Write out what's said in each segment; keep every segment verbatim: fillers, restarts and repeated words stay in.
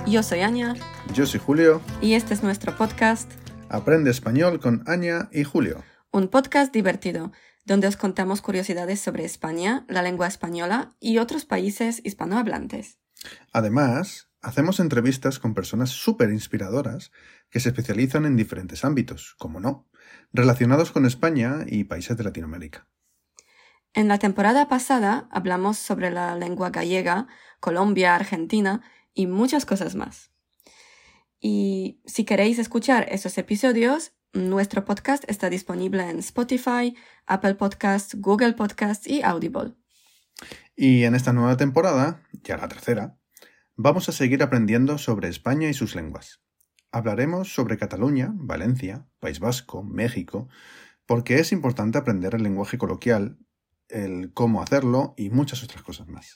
Yo soy Anya. Yo soy Julio. Y este es nuestro podcast Aprende Español con Anya y Julio. Un podcast divertido, donde os contamos curiosidades sobre España, la lengua española y otros países hispanohablantes. Además, hacemos entrevistas con personas súper inspiradoras que se especializan en diferentes ámbitos, como no, relacionados con España y países de Latinoamérica. En la temporada pasada hablamos sobre la lengua gallega, Colombia, Argentina y muchas cosas más. Y si queréis escuchar esos episodios, nuestro podcast está disponible en Spotify, Apple Podcasts, Google Podcasts y Audible. Y en esta nueva temporada, ya la tercera, vamos a seguir aprendiendo sobre España y sus lenguas. Hablaremos sobre Cataluña, Valencia, País Vasco, México, porque es importante aprender el lenguaje coloquial, el cómo hacerlo y muchas otras cosas más.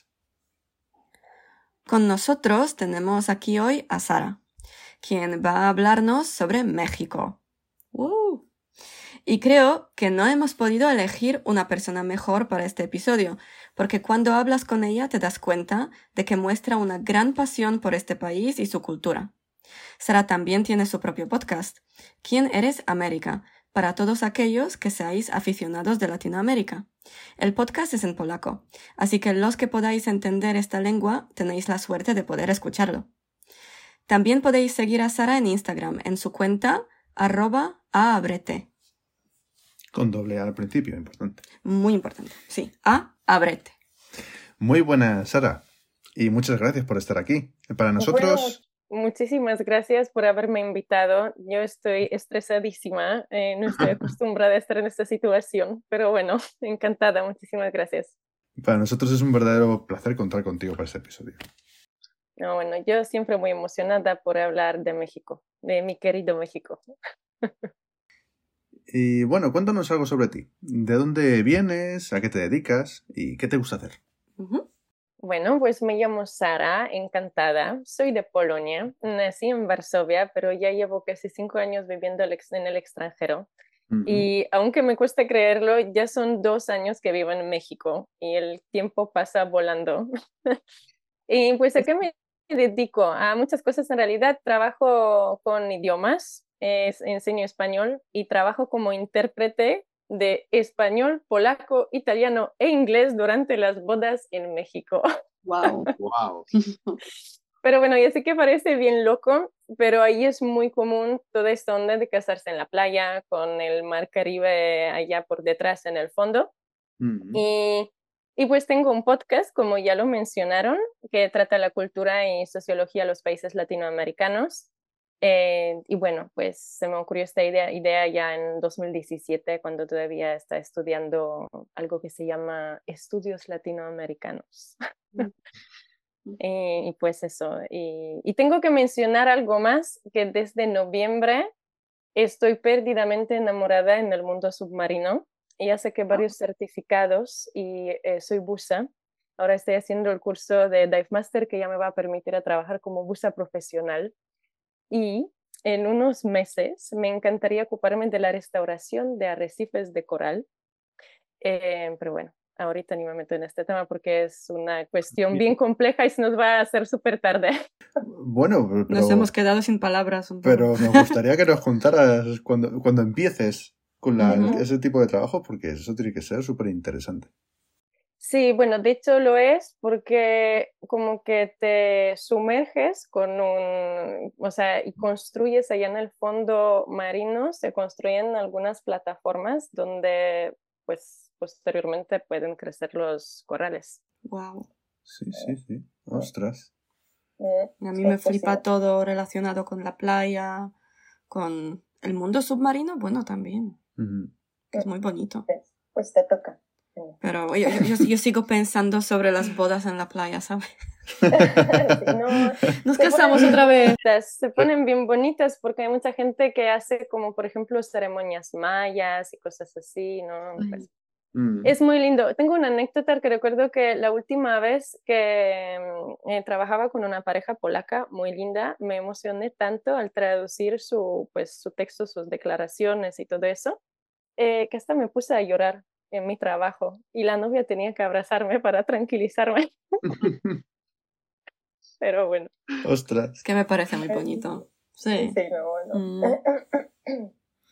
Con nosotros tenemos aquí hoy a Sara, quien va a hablarnos sobre México. ¡Uh! Y creo que no hemos podido elegir una persona mejor para este episodio, porque cuando hablas con ella te das cuenta de que muestra una gran pasión por este país y su cultura. Sara también tiene su propio podcast, ¿Quién eres América?, para todos aquellos que seáis aficionados de Latinoamérica. El podcast es en polaco, así que los que podáis entender esta lengua tenéis la suerte de poder escucharlo. También podéis seguir a Sara en Instagram, en su cuenta arroba aabrete. Con doble A al principio, importante. Muy importante, sí, aabrete. Muy buena, Sara, y muchas gracias por estar aquí. Para nosotros... Bueno, muchísimas gracias por haberme invitado. Yo estoy estresadísima, eh, no estoy acostumbrada a estar en esta situación, pero bueno, encantada, muchísimas gracias. Para nosotros es un verdadero placer contar contigo para este episodio. No, bueno, yo siempre muy emocionada por hablar de México, de mi querido México. Y bueno, cuéntanos algo sobre ti. ¿De dónde vienes? ¿A qué te dedicas? ¿Y qué te gusta hacer? Uh-huh. Bueno, pues me llamo Sara, encantada. Soy de Polonia, nací en Varsovia, pero ya llevo casi cinco años viviendo en el extranjero. Uh-huh. Y aunque me cuesta creerlo, ya son dos años que vivo en México y el tiempo pasa volando. Y pues ¿a qué me dedico? A muchas cosas en realidad. Trabajo con idiomas, eh, enseño español y trabajo como intérprete de español, polaco, italiano e inglés durante las bodas en México. Wow. Wow. Pero bueno, ya sé que parece bien loco, pero ahí es muy común toda esta onda de casarse en la playa, con el mar Caribe allá por detrás en el fondo. Mm-hmm. Y, y pues tengo un podcast, como ya lo mencionaron, que trata la cultura y sociología de los países latinoamericanos. Eh, y bueno, pues se me ocurrió esta idea, idea ya en dos mil diecisiete, cuando todavía estaba estudiando algo que se llama Estudios Latinoamericanos. y, y pues eso. Y, y tengo que mencionar algo más, que desde noviembre estoy perdidamente enamorada en el mundo submarino. Y ya saqué varios certificados y eh, soy buza. Ahora estoy haciendo el curso de Dive Master que ya me va a permitir a trabajar como buza profesional. Y en unos meses me encantaría ocuparme de la restauración de arrecifes de coral. Eh, pero bueno, ahorita ni me meto en este tema porque es una cuestión bien compleja y se nos va a hacer súper tarde. Bueno, pero, nos hemos quedado sin palabras un poco. Pero me gustaría que nos contaras cuando, cuando empieces con la, uh-huh. ese tipo de trabajo, porque eso tiene que ser súper interesante. Sí, bueno, de hecho lo es porque como que te sumerges con un, o sea, y construyes allá en el fondo marino, se construyen algunas plataformas donde pues posteriormente pueden crecer los corales. Wow. Sí, sí, sí. Ostras. A mí me flipa todo relacionado con la playa, con el mundo submarino, bueno, también. Uh-huh. Es muy bonito. Pues te toca. Pero yo, yo, yo sigo pensando sobre las bodas en la playa, ¿sabes? no, Nos casamos otra vez. Bonitas, se ponen bien bonitas porque hay mucha gente que hace como, por ejemplo, ceremonias mayas y cosas así, ¿no? Pues, mm. Es muy lindo. Tengo una anécdota que recuerdo que la última vez que eh, trabajaba con una pareja polaca muy linda, me emocioné tanto al traducir su, pues, su texto, sus declaraciones y todo eso, eh, que hasta me puse a llorar en mi trabajo y la novia tenía que abrazarme para tranquilizarme. pero bueno. Ostras. Que me parece muy bonito. Sí. Sí, no, bueno. Mm.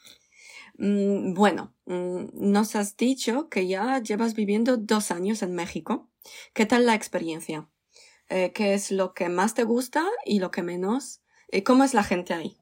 Mm, bueno, mm, nos has dicho que ya llevas viviendo dos años en México. ¿Qué tal la experiencia? Eh, ¿qué es lo que más te gusta y lo que menos? ¿Y cómo es la gente ahí?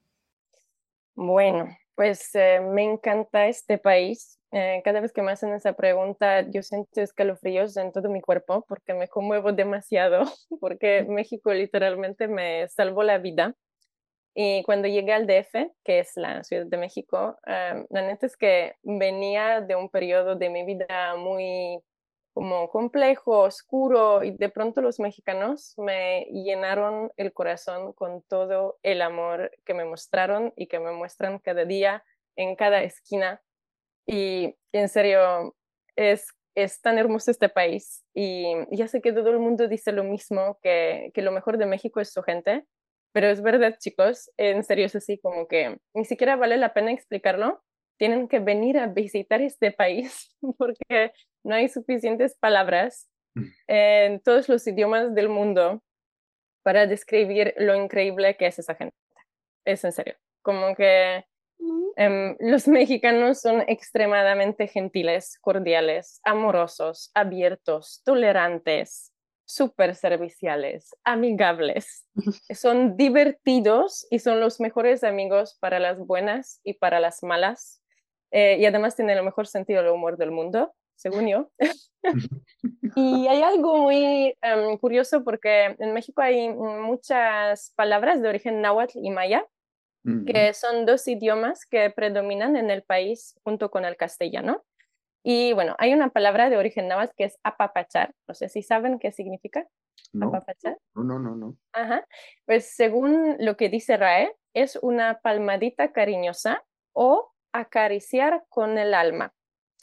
Bueno, pues eh, me encanta este país. Eh, cada vez que me hacen esa pregunta, yo siento escalofríos en todo mi cuerpo porque me conmuevo demasiado, porque México literalmente me salvó la vida. Y cuando llegué al D F, que es la Ciudad de México, eh, la neta es que venía de un periodo de mi vida muy como complejo, oscuro, y de pronto los mexicanos me llenaron el corazón con todo el amor que me mostraron y que me muestran cada día, en cada esquina. Y en serio, es, es tan hermoso este país. Y ya sé que todo el mundo dice lo mismo, que, que lo mejor de México es su gente, pero es verdad, chicos, en serio es así, como que ni siquiera vale la pena explicarlo. Tienen que venir a visitar este país porque no hay suficientes palabras en todos los idiomas del mundo para describir lo increíble que es esa gente. Es en serio. Como que Um, los mexicanos son extremadamente gentiles, cordiales, amorosos, abiertos, tolerantes, súper serviciales, amigables. Son divertidos y son los mejores amigos para las buenas y para las malas. Eh, y además tienen el mejor sentido del humor del mundo, según yo. Y hay algo muy um, curioso porque en México hay muchas palabras de origen náhuatl y maya que son dos idiomas que predominan en el país junto con el castellano. Y bueno, hay una palabra de origen náhuatl que es apapachar. No sé si saben qué significa No, apapachar. no, no, no, no. Ajá. Pues según lo que dice R A E, es una palmadita cariñosa o acariciar con el alma.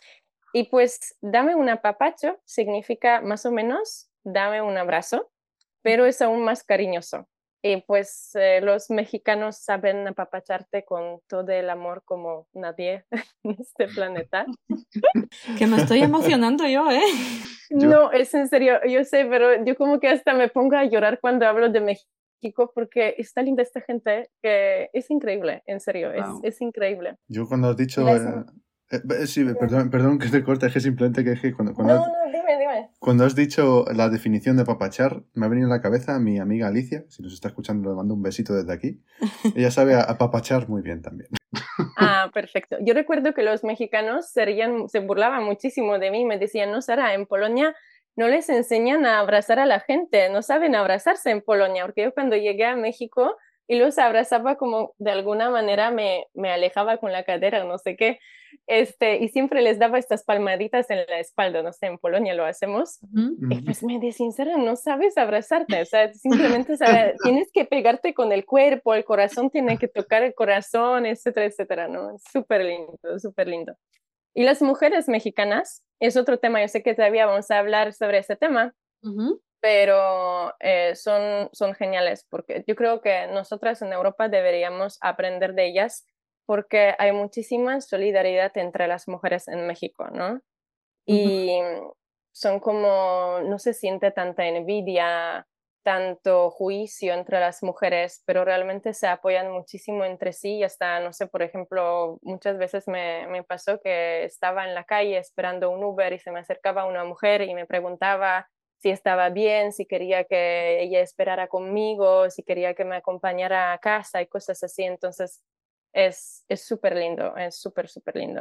Y pues dame un apapacho significa más o menos dame un abrazo, pero es aún más cariñoso. Y pues eh, los mexicanos saben apapacharte con todo el amor como nadie en este planeta. Que me estoy emocionando yo, ¿eh? Yo, No, es en serio, yo sé, pero yo como que hasta me pongo a llorar cuando hablo de México porque está linda esta gente que es increíble, en serio, es, Wow. es increíble. yo cuando has Y dicho... las... eh, eh, eh, sí, perdón, perdón que te corte, es que simplemente que, es que cuando, cuando, No, has, no, dime, dime. cuando has dicho la definición de papachar, me ha venido a la cabeza mi amiga Alicia, si nos está escuchando le mando un besito desde aquí. Ella sabe a- apapachar muy bien también. Ah, perfecto. Yo recuerdo que los mexicanos se, rían, se burlaban muchísimo de mí, me decían, no, Sara, en Polonia no les enseñan a abrazar a la gente, no saben abrazarse en Polonia, porque yo cuando llegué a México y los abrazaba como de alguna manera me, me alejaba con la cadera, no sé qué, este, y siempre les daba estas palmaditas en la espalda, no sé, en Polonia lo hacemos. Y pues me decían, Sara, no sabes abrazarte, o sea, simplemente sabes, tienes que pegarte con el cuerpo, el corazón tiene que tocar el corazón, etcétera, etcétera, ¿no? Es súper lindo, súper lindo. Y las mujeres mexicanas es otro tema, yo sé que todavía vamos a hablar sobre ese tema, Uh-huh. pero eh, son, son geniales, porque yo creo que nosotras en Europa deberíamos aprender de ellas, porque hay muchísima solidaridad entre las mujeres en México, ¿no? Uh-huh. Y son como, no se siente tanta envidia, tanto juicio entre las mujeres, pero realmente se apoyan muchísimo entre sí y hasta, no sé, por ejemplo, muchas veces me, me pasó que estaba en la calle esperando un Uber y se me acercaba una mujer y me preguntaba si estaba bien, si quería que ella esperara conmigo, si quería que me acompañara a casa y cosas así. Entonces, es es súper lindo, es súper, súper lindo.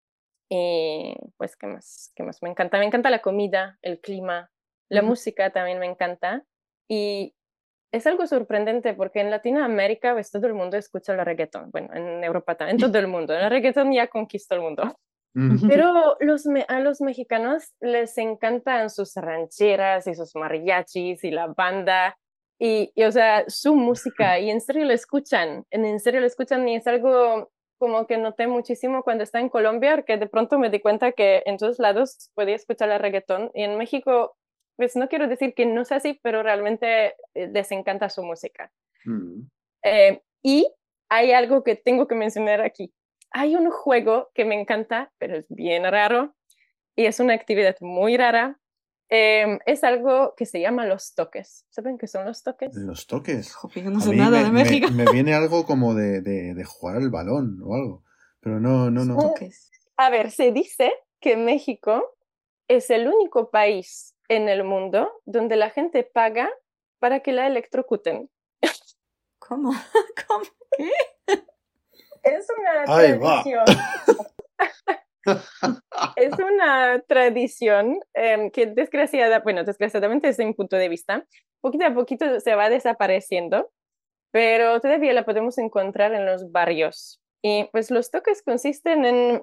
Y pues, ¿qué más? ¿Qué más? Me encanta, me encanta la comida, el clima, la Uh-huh. música también me encanta. Y es algo sorprendente porque en Latinoamérica, pues todo el mundo escucha el reggaetón. Bueno, en Europa también, en todo el mundo. El reggaetón ya conquistó el mundo. Pero los, me- a los mexicanos les encantan sus rancheras y sus mariachis y la banda. Y, y, o sea, su música, y en serio lo escuchan, en, en serio lo escuchan, y es algo como que noté muchísimo cuando estaba en Colombia, porque de pronto me di cuenta que en todos lados podía escuchar el reggaetón, y en México, pues no quiero decir que no sea así, pero realmente eh, les encanta su música. Mm. Eh, y hay algo que tengo que mencionar aquí. Hay un juego que me encanta, pero es bien raro, y es una actividad muy rara, eh, es algo que se llama los toques. ¿Saben qué son los toques? Los toques. Joder, yo no A sé mí nada me, de me- México. me viene algo como de, de, de jugar al balón o algo. Pero no, no, no. Toques. A ver, se dice que México es el único país en el mundo donde la gente paga para que la electrocuten. ¿Cómo? ¿Cómo? ¿Qué? Es una Ahí va. tradición. Es una tradición eh, que desgraciada, bueno, desgraciadamente desde mi punto de vista, poquito a poquito se va desapareciendo, pero todavía la podemos encontrar en los barrios. Y pues los toques consisten en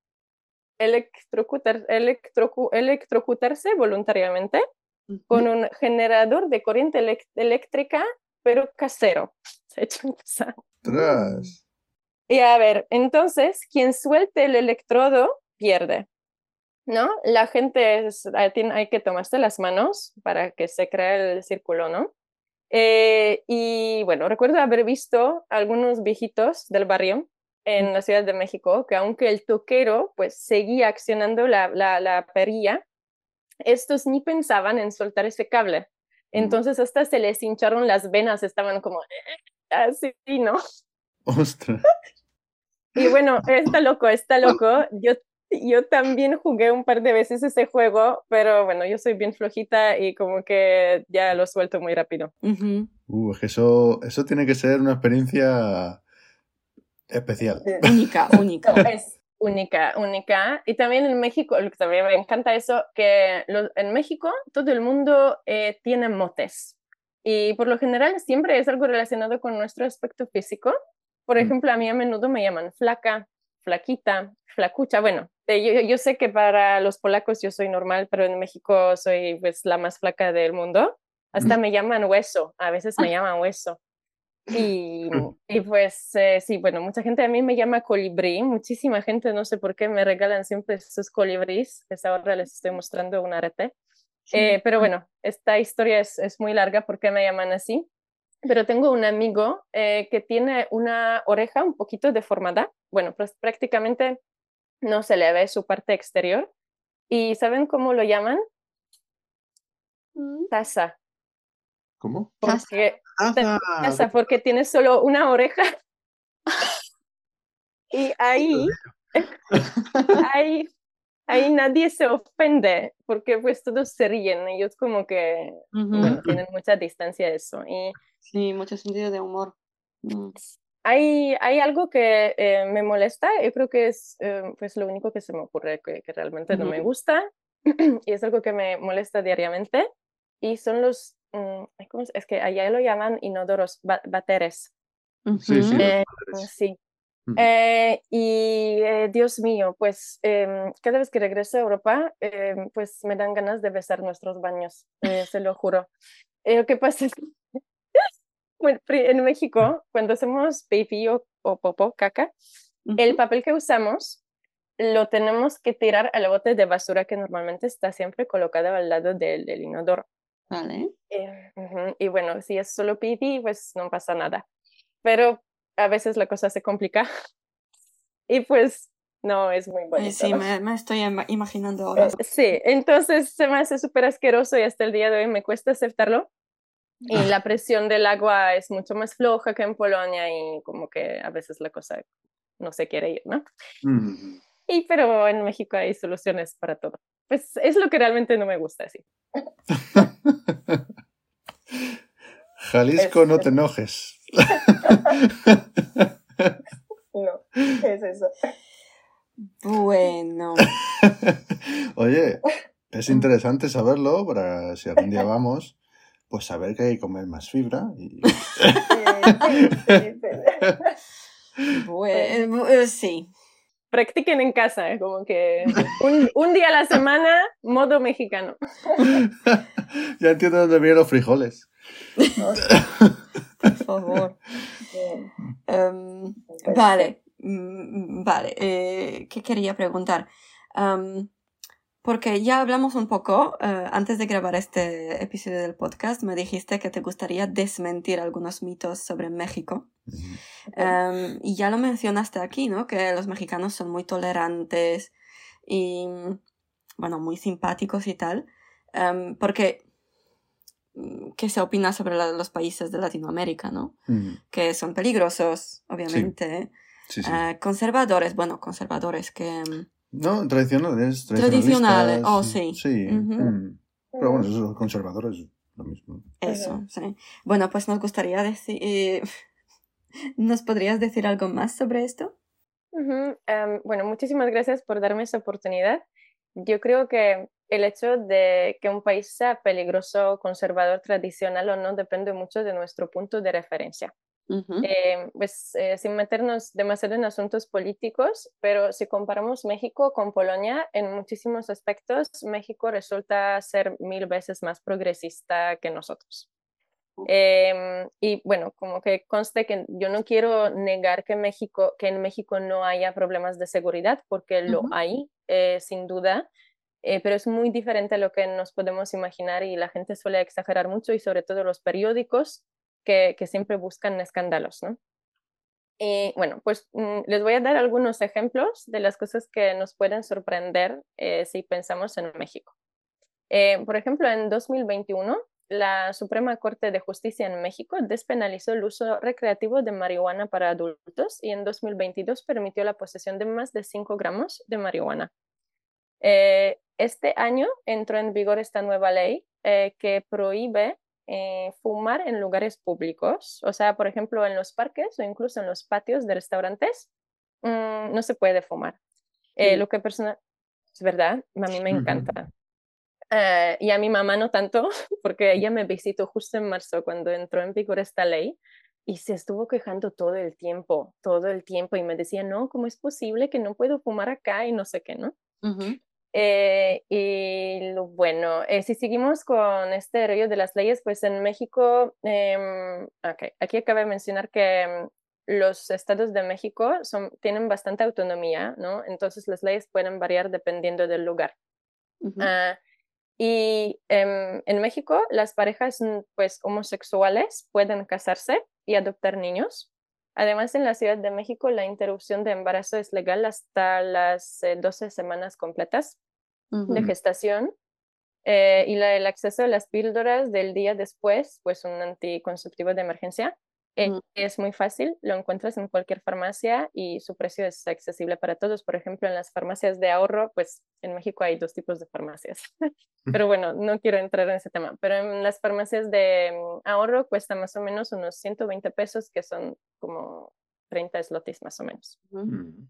electrocutar, electrocu, electrocutarse voluntariamente con un generador de corriente elec- eléctrica, pero casero. Se ha hecho en casa. Ostras. Y a ver, entonces, quien suelte el electrodo pierde, ¿no? La gente es, hay, tiene- hay que tomarse las manos para que se cree el círculo, ¿no? Eh, y bueno, recuerdo haber visto algunos viejitos del barrio en la Ciudad de México que aunque el toquero pues seguía accionando la, la, la perilla, estos ni pensaban en soltar ese cable. Entonces hasta se les hincharon las venas, estaban como así, ¿no? Ostras. Y bueno, está loco, está loco. Yo, yo también jugué un par de veces ese juego, pero bueno, yo soy bien flojita y como que ya lo suelto muy rápido. Ujú. Uh, es que eso, eso tiene que ser una experiencia especial. Única, única. Es única, única. Y también en México, lo que también me encanta eso, que lo- en México todo el mundo eh, tiene motes. Y por lo general siempre es algo relacionado con nuestro aspecto físico. Por Mm. ejemplo, a mí a menudo me llaman flaca, flaquita, flacucha. Bueno, eh, yo, yo sé que para los polacos yo soy normal, pero en México soy pues la más flaca del mundo. Hasta me llaman hueso, a veces me llaman hueso. Y, y pues eh, sí, bueno, mucha gente a mí me llama colibrí, muchísima gente, no sé por qué, me regalan siempre esos colibríes, que ahora les estoy mostrando un arete. Eh, pero bueno, esta historia es, es muy larga porque me llaman así. Pero tengo un amigo eh, que tiene una oreja un poquito deformada, bueno, pues prácticamente no se le ve su parte exterior. ¿Y saben cómo lo llaman? Taza. ¿Cómo? Porque, Ah, taza, porque tiene solo una oreja. Y ahí, ahí, ahí nadie se ofende, porque pues todos se ríen, ellos como que, Ujú. bueno, tienen mucha distancia de eso. Y Sí, mucho sentido de humor. Mm. hay, hay algo que eh, me molesta, yo creo que es eh, pues lo único que se me ocurre que, que realmente no me Ujú. gusta, y es algo que me molesta diariamente, y son los, mm, ay, ¿cómo es? Es que allá lo llaman inodoros, ba- váteres. sí, sí. Ujú. Eh, los sí. padres. Eh, y eh, Dios mío, pues em, cada vez que regreso a Europa, em, pues me dan ganas de besar nuestros baños, eh, se lo juro. Eh, lo que pasa es que bueno, pri- en México, cuando hacemos pipí o, o popó, caca, el Ujú. papel que usamos lo tenemos que tirar al bote de basura que normalmente está siempre colocado al lado del, del inodoro. Vale. Eh, ujú, y bueno, si es solo pipí, pues no pasa nada. Pero a veces la cosa se complica y pues no es muy Ay, bonito, sí, ¿no? me, me estoy ima- imaginando ahora. Eh, sí, entonces se me hace súper asqueroso y hasta el día de hoy me cuesta aceptarlo. Y la presión del agua es mucho más floja que en Polonia y como que a veces la cosa no se quiere ir, ¿no? Mm. Y pero en México hay soluciones para todo. Pues es lo que realmente no me gusta, sí. Jalisco, Es- no es- te enojes. No, es eso. Bueno. Oye, es interesante saberlo para si algún día vamos, pues saber que hay que comer más fibra. Y... Eh, sí, sí, sí. Bueno, eh, sí. Practiquen en casa, ¿eh? Como que un, un día a la semana, modo mexicano. Ya entiendo dónde vienen los frijoles. Por favor. Em, vale, mm, vale. eh, ¿qué quería preguntar? Em, porque ya hablamos un poco, eh, antes de grabar este episodio del podcast, me dijiste que te gustaría desmentir algunos mitos sobre México. Em, y ya lo mencionaste aquí, ¿no? Que los mexicanos son muy tolerantes y, bueno, muy simpáticos y tal. Um, porque, ¿qué se opina sobre la, los países de Latinoamérica, no? Mm. Que son peligrosos, obviamente. Sí, sí. Uh, conservadores, bueno, conservadores que... No, tradicionales, Tradicionales, tradicionalistas. oh, sí. Sí. Ujú. Mm. Pero bueno, esos conservadores, lo mismo. Eso, Ujú. sí. Bueno, pues nos gustaría decir... eh, ¿nos podrías decir algo más sobre esto? Ujú. Em, bueno, muchísimas gracias por darme esa oportunidad. Yo creo que el hecho de que un país sea peligroso, conservador, tradicional o no, depende mucho de nuestro punto de referencia. Ujú. Eh, pues eh, sin meternos demasiado en asuntos políticos, pero si comparamos México con Polonia, en muchísimos aspectos, México resulta ser mil veces más progresista que nosotros. Eh, y bueno, como que conste que yo no quiero negar que, México, que en México no haya problemas de seguridad, porque lo Ujú. hay, eh, sin duda, eh, pero es muy diferente a lo que nos podemos imaginar y la gente suele exagerar mucho y sobre todo los periódicos que, que siempre buscan escándalos, ¿no? Y bueno, pues mm, les voy a dar algunos ejemplos de las cosas que nos pueden sorprender eh, si pensamos en México. Eh, por ejemplo, en dos mil veintiuno, la Suprema Corte de Justicia en México despenalizó el uso recreativo de marihuana para adultos y en dos mil veintidós permitió la posesión de más de cinco gramos de marihuana. Eh, este año entró en vigor esta nueva ley eh, que prohíbe eh, fumar en lugares públicos, o sea, por ejemplo, en los parques o incluso en los patios de restaurantes, mmm, no se puede fumar. Eh, lo que persona... Es verdad, a mí me Ujú. encanta. Uh, y a mi mamá no tanto, porque ella me visitó justo en marzo cuando entró en vigor esta ley y se estuvo quejando todo el tiempo, todo el tiempo y me decía, no, ¿cómo es posible que no puedo fumar acá y no sé qué, ¿no? Ujú. Eh, y lo, bueno, eh, si seguimos con este rollo de las leyes, pues en México, eh, okay, aquí acabo de mencionar que um, los estados de México son, tienen bastante autonomía, ¿no? Entonces las leyes pueden variar dependiendo del lugar. Ujú. Uh, y um, en México las parejas pues, homosexuales pueden casarse y adoptar niños. Además, en la Ciudad de México la interrupción de embarazo es legal hasta las eh, doce semanas completas de Ujú. gestación eh, y la, el acceso a las píldoras del día después, pues un anticonceptivo de emergencia, eh, Mm. es muy fácil, lo encuentras en cualquier farmacia y su precio es accesible para todos. Por ejemplo, en las farmacias de ahorro, pues en México hay dos tipos de farmacias. Pero bueno, no quiero entrar en ese tema. Pero en las farmacias de um, ahorro cuesta más o menos unos ciento veinte pesos, que son como treinta slotis más o menos. Ujú. Mm.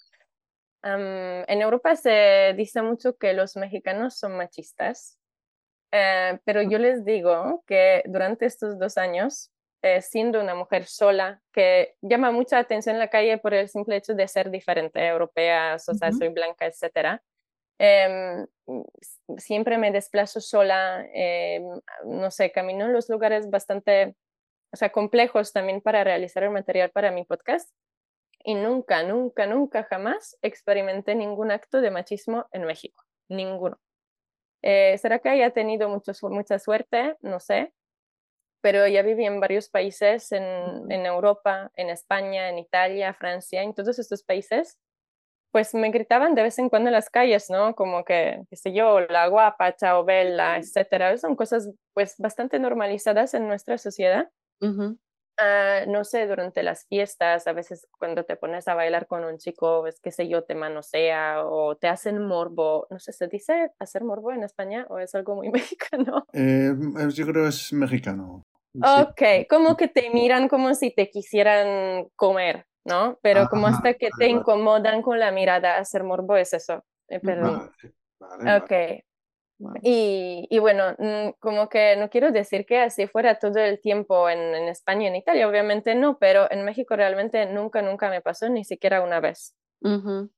Um, en Europa se dice mucho que los mexicanos son machistas, eh, pero yo les digo que durante estos dos años, eh, siendo una mujer sola, que llama mucha atención en la calle por el simple hecho de ser diferente, europea, o sea, Ujú. soy blanca, etcétera, eh, siempre me desplazo sola, eh, no sé, camino en los lugares bastante, o sea, complejos también para realizar el material para mi podcast. Y nunca, nunca, nunca, jamás experimenté ningún acto de machismo en México. Ninguno. Eh, ¿será que haya tenido mucho, mucha suerte? No sé. Pero ya viví en varios países, en, Ujú. en Europa, en España, en Italia, Francia, en todos estos países. Pues me gritaban de vez en cuando en las calles, ¿no? Como que, qué sé yo, la guapa, chao, bella, etcétera. Son cosas pues bastante normalizadas en nuestra sociedad. Ujú. Uh, no sé, durante las fiestas, a veces cuando te pones a bailar con un chico, ves qué sé yo, te manosea o te hacen morbo. No sé, ¿se dice hacer morbo en España o es algo muy mexicano? Eh, yo creo que es mexicano. Sí. Ok, como que te miran como si te quisieran comer, ¿no? Pero como Ah, hasta que te vale, vale. incomodan con la mirada, hacer morbo es eso. Eh, Ujú. perdón. Vale, vale, vale. Ok. Wow. Y, y bueno, mm, como que no quiero decir que así fuera todo el tiempo en, en España y en Italia, obviamente no, pero en México realmente nunca, nunca me pasó, ni siquiera una vez. Ujú.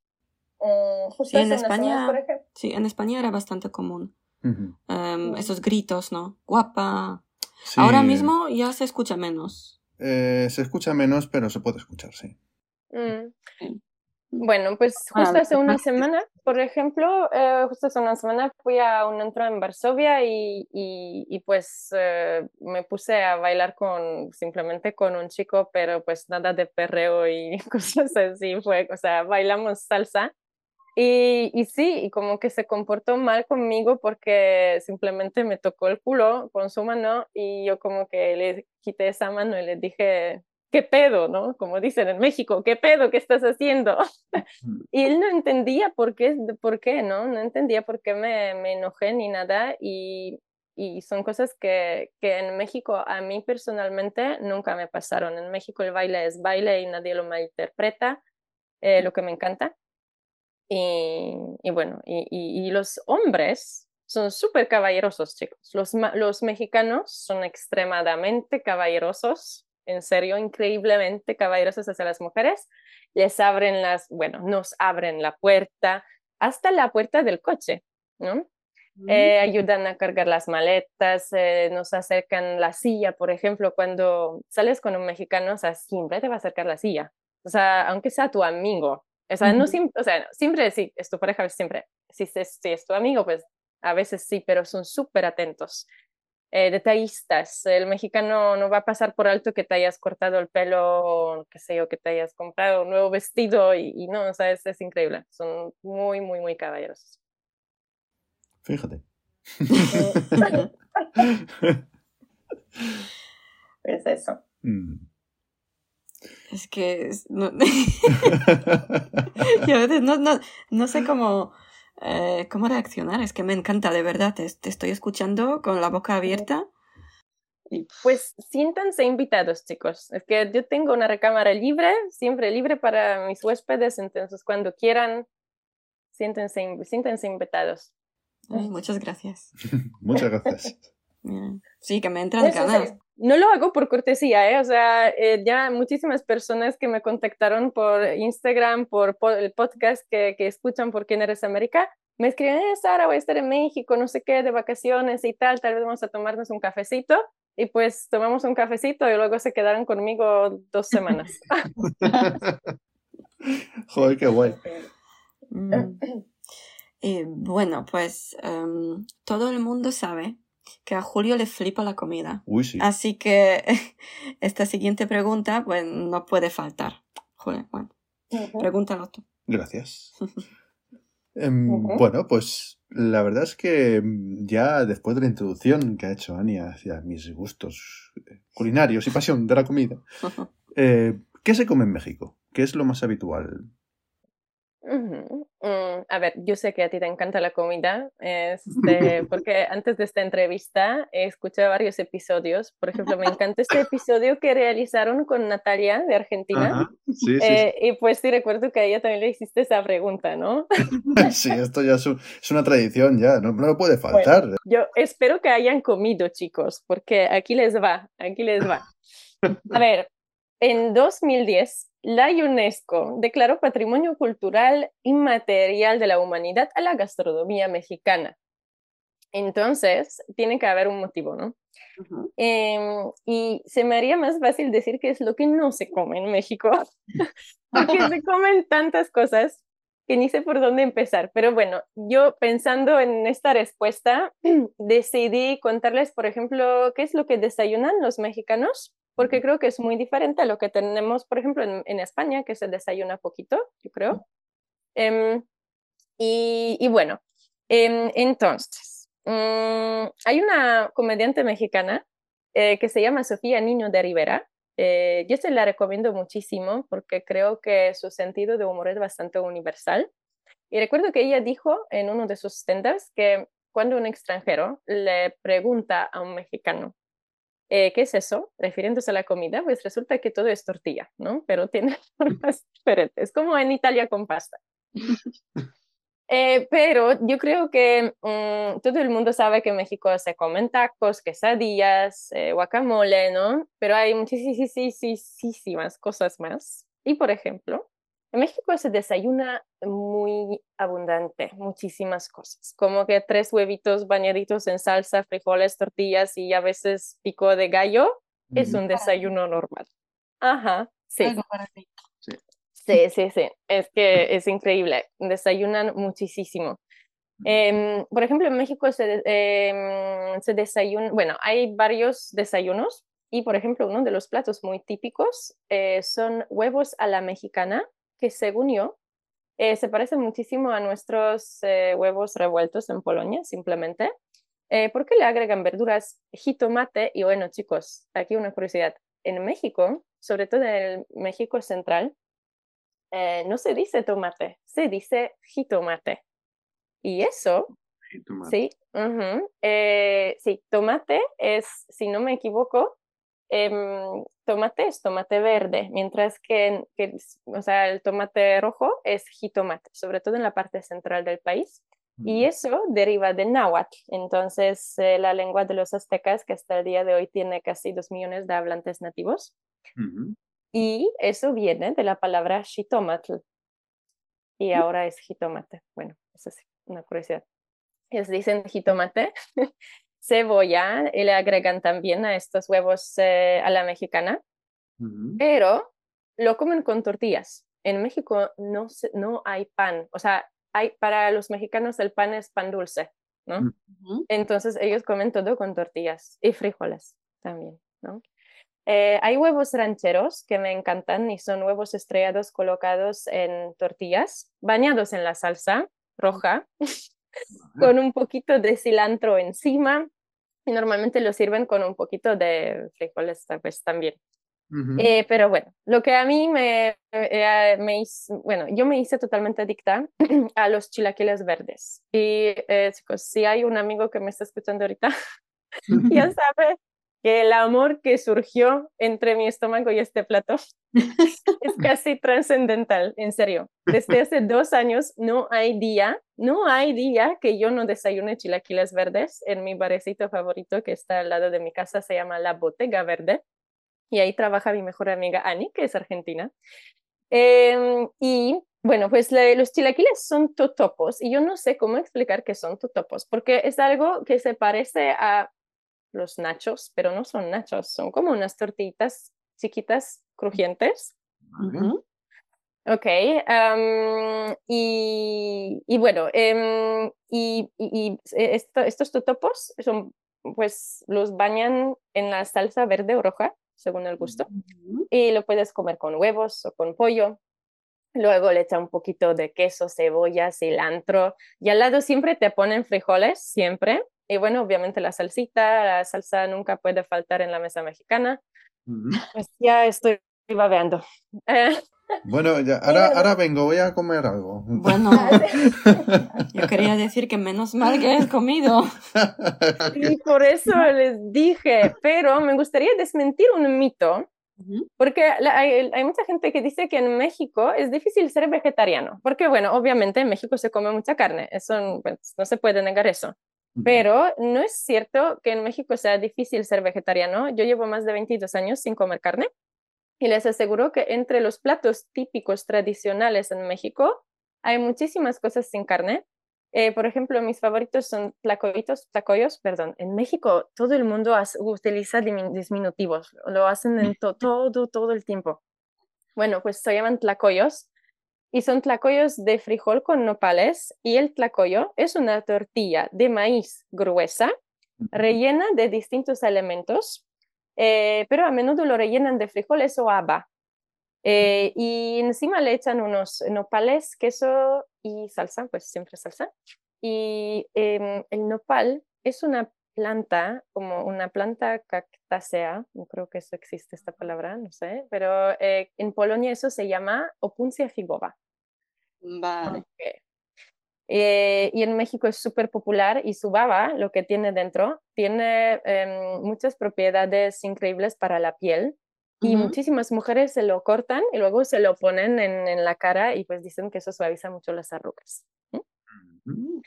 Mm, Sí, justo en hace unas semanas, por España, ejemplo. sí, en España era bastante común. Ujú. Em, Mm, esos gritos, ¿no? Guapa. Ahora Sí, mismo ya se escucha menos. eh, se escucha menos, pero se puede escuchar, sí. mm. Sí. Bueno, pues Bueno, justo hace una semana, por ejemplo, eh, justo hace una semana fui a un antro en Varsovia y, y, y pues eh, me puse a bailar con simplemente con un chico, pero pues nada de perreo y cosas así, fue, o sea, bailamos salsa Y, y sí, y como que se comportó mal conmigo porque simplemente me tocó el culo con su mano y yo como que le quité esa mano y le dije, ¿qué pedo, no? Como dicen en México, ¿qué pedo? ¿Qué estás haciendo? Y él no entendía por qué, por qué, ¿no? No entendía por qué me, me enojé ni nada y, y son cosas que, que en México a mí personalmente nunca me pasaron. En México el baile es baile y nadie lo malinterpreta, eh, lo que me encanta. Y, y bueno, y, y, y los hombres son súper caballerosos, chicos. Los, los mexicanos son extremadamente caballerosos, en serio, increíblemente caballerosos hacia las mujeres. Les abren las, bueno, nos abren la puerta, hasta la puerta del coche, ¿no? Mm. Eh, ayudan a cargar las maletas, eh, nos acercan la silla, por ejemplo, cuando sales con un mexicano, o sea, siempre te va a acercar la silla, o sea, aunque sea tu amigo, o sea, no siempre, o sea, no, siempre sí, es tu pareja, siempre, si es, si es tu amigo, pues a veces sí, pero son súper atentos, eh, detallistas. El mexicano no va a pasar por alto que te hayas cortado el pelo, qué sé yo, que te hayas comprado un nuevo vestido y, y no, o sea, es, es increíble, son muy, muy, muy caballerosos. Fíjate. Es eso. Mm. Es que es- no, yo a veces no, no, no sé cómo, eh, cómo reaccionar. Es que me encanta, de verdad. Te, te estoy escuchando con la boca abierta. Y, Pues siéntanse invitados, chicos. Es que yo tengo una recámara libre, siempre libre para mis huéspedes, entonces cuando quieran, siéntense, siéntense invitados. ay, muchas gracias. Muchas gracias. Mira, sí, que me entran Eso, ganas. sí. No lo hago por cortesía, ¿eh? O sea, eh, ya muchísimas personas que me contactaron por Instagram, por po el podcast que, que escuchan por Quién Eres América, me escriben, eh, Sara, voy a estar en México, no sé qué, de vacaciones y tal, tal vez vamos a tomarnos un cafecito. Y pues tomamos un cafecito y luego se quedaron conmigo dos semanas. Joder, qué guay. Mm. Y bueno, pues um, todo el mundo sabe que a Julio le flipa la comida. Uy, sí. Así que esta siguiente pregunta, pues no puede faltar. Julio, bueno, Uh-huh. pregúntalo tú. Gracias. um, Uh-huh. Bueno, pues la verdad es que ya después de la introducción que ha hecho Ania hacia mis gustos culinarios y pasión de la comida, eh, ¿qué se come en México? ¿Qué es lo más habitual? Uh-huh. Mm, a ver, yo sé que a ti te encanta la comida, este, porque antes de esta entrevista he escuchado varios episodios. Por ejemplo, me encanta este episodio que realizaron con Natalia de Argentina. Ajá. Sí, sí, sí. Eh, y pues sí recuerdo que a ella también le hiciste esa pregunta, ¿no? Sí, esto ya es, un- es una tradición ya, no, no puede faltar. Bueno, yo espero que hayan comido, chicos, porque aquí les va, aquí les va. A ver, en dos mil diez, la UNESCO declaró Patrimonio Cultural Inmaterial de la Humanidad a la gastronomía mexicana. Entonces, tiene que haber un motivo, ¿no? Uh-huh. Eh, y se me haría más fácil decir que es lo que no se come en México, porque se comen tantas cosas que ni sé por dónde empezar. Pero bueno, yo pensando en esta respuesta, decidí contarles, por ejemplo, qué es lo que desayunan los mexicanos, porque creo que es muy diferente a lo que tenemos, por ejemplo, en, en España, que se desayuna poquito, yo creo. Eh, y, y, bueno, eh, entonces, um, hay una comediante mexicana eh, que se llama Sofía Niño de Rivera. Eh, yo se la recomiendo muchísimo porque creo que su sentido de humor es bastante universal. Y recuerdo que ella dijo en uno de sus stand-ups que cuando un extranjero le pregunta a un mexicano, eh, ¿qué es eso? Refiriéndose a la comida, pues resulta que todo es tortilla, ¿no? Pero tiene formas diferentes, como en Italia con pasta. Eh, pero yo creo que um, todo el mundo sabe que en México se comen tacos, quesadillas, eh, guacamole, ¿no? Pero hay muchísimas cosas más. Y por ejemplo, en México se desayuna muy abundante, muchísimas cosas, como que tres huevitos bañaditos en salsa, frijoles, tortillas y a veces pico de gallo, es un desayuno normal. Ajá, sí. Algo para ti. Sí, sí, sí, es que es increíble, desayunan muchísimo. Eh, por ejemplo, en México se, eh, se desayuna, bueno, hay varios desayunos y, por ejemplo, uno de los platos muy típicos eh, son huevos a la mexicana, que según yo Eh, se parece muchísimo a nuestros eh, huevos revueltos en Polonia, simplemente, eh, porque le agregan verduras, jitomate y bueno, chicos, aquí una curiosidad. En México, sobre todo en el México central, eh, no se dice tomate, se dice jitomate. Y eso, Y tomate. sí, ujú, eh, sí, tomate es, si no me equivoco, em, tomate es tomate verde, mientras que, que, o sea, el tomate rojo es jitomate, sobre todo en la parte central del país. Y eso deriva del náhuatl, entonces eh, la lengua de los aztecas, que hasta el día de hoy tiene casi dos millones de hablantes nativos, Ujú. y eso viene de la palabra xitomatl, y ahora es jitomate. Bueno, eso sí, una curiosidad. Ellos dicen jitomate, cebolla, y le agregan también a estos huevos eh, a la mexicana, Ujú. pero lo comen con tortillas. En México no, se, no hay pan, o sea, hay, para los mexicanos el pan es pan dulce, ¿no? Ujú. Entonces ellos comen todo con tortillas y frijoles también, ¿no? Eh, hay huevos rancheros que me encantan y son huevos estrellados colocados en tortillas, bañados en la salsa roja, Vale. con un poquito de cilantro encima y normalmente lo sirven con un poquito de frijoles pues, también. Ujú. Eh, pero bueno, lo que a mí me, eh, me hizo, bueno, yo me hice totalmente adicta a los chilaquiles verdes. Y eh, chicos, si hay un amigo que me está escuchando ahorita, ya sabe que el amor que surgió entre mi estómago y este plato es casi trascendental, en serio. Desde hace dos años no hay día, no hay día que yo no desayune chilaquiles verdes en mi barecito favorito que está al lado de mi casa, se llama La Botega Verde, y ahí trabaja mi mejor amiga Annie, que es argentina. Eh, y bueno, pues le, los chilaquiles son totopos, y yo no sé cómo explicar qué son totopos, porque es algo que se parece a los nachos, pero no son nachos, son como unas tortillitas chiquitas, crujientes. Vale. Ujú. Ok, am, y, y bueno, em, y, y- y esto- estos totopos son, pues los bañan en la salsa verde o roja, según el gusto, Ujú. y lo puedes comer con huevos o con pollo. Luego le echa un poquito de queso, cebolla, cilantro, y al lado siempre te ponen frijoles, siempre. Y bueno, obviamente la salsita, la salsa nunca puede faltar en la mesa mexicana. Ujú. Pues ya estoy babeando. Eh, Bueno, ya, y ahora, bueno, ahora vengo, voy a comer algo. Bueno, yo quería decir que menos mal que has comido. sí, por eso les dije, pero me gustaría desmentir un mito, Ujú. porque la- hay, hay mucha gente que dice que en México es difícil ser vegetariano, porque bueno, obviamente en México se come mucha carne, eso pues, no se puede negar eso, pero no es cierto que en México sea difícil ser vegetariano. Yo llevo más de veintidós años sin comer carne y les aseguro que entre los platos típicos tradicionales en México hay muchísimas cosas sin carne. Eh, por ejemplo, mis favoritos son tlacoyitos, tlacoyos, perdón. En México todo el mundo hace- utiliza dimi- diminutivos, lo hacen en to- todo, todo el tiempo. Bueno, pues se llaman tlacoyos y son tlacoyos de frijol con nopales, y el tlacoyo es una tortilla de maíz gruesa rellena de distintos elementos, eh, pero a menudo lo rellenan de frijoles o haba. Eh, y encima le echan unos nopales, queso y salsa, pues siempre salsa. Y em, el nopal es una planta, como una planta cactácea, no creo que eso existe esta palabra, no sé, pero eh, en Polonia eso se llama opuncia figowa. Vale. Okay. Eh, y en México es súper popular, y su baba, lo que tiene dentro, tiene em, muchas propiedades increíbles para la piel, y Ujú. muchísimas mujeres se lo cortan y luego se lo ponen en, en la cara, y pues dicen que eso suaviza mucho las arrugas. ¿Mm? Ujú.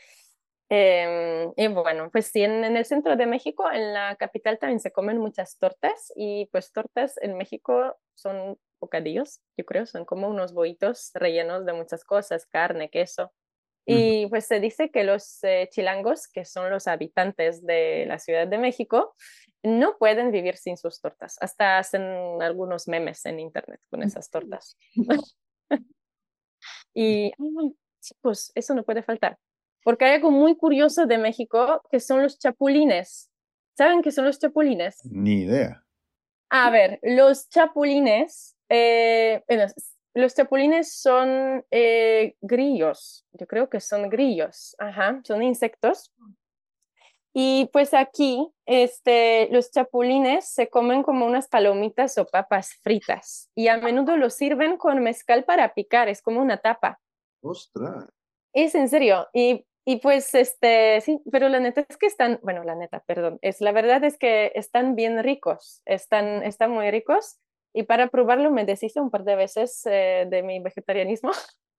Em, y bueno, pues sí, en, en el centro de México, en la capital también se comen muchas tortas, y pues tortas en México son bocadillos, yo creo, son como unos bollitos rellenos de muchas cosas, carne, queso. Ujú. Y pues se dice que los eh, chilangos, que son los habitantes de la Ciudad de México, no pueden vivir sin sus tortas. Hasta hacen algunos memes en internet con esas tortas. Y, ay, chicos, eso no puede faltar. Porque hay algo muy curioso de México, que son los chapulines. ¿Saben qué son los chapulines? Ni idea. A ver, los chapulines, eh, bueno, los chapulines son eh, grillos, yo creo que son grillos, ajá, son insectos. Y pues aquí este, los chapulines se comen como unas palomitas o papas fritas y a menudo los sirven con mezcal para picar, es como una tapa. ¡Ostras! Es en serio. Y, y pues este, sí, pero la neta es que están, bueno, la neta, perdón, es, la verdad es que están bien ricos, están, están muy ricos. Y para probarlo me deshice un par de veces eh, de mi vegetarianismo.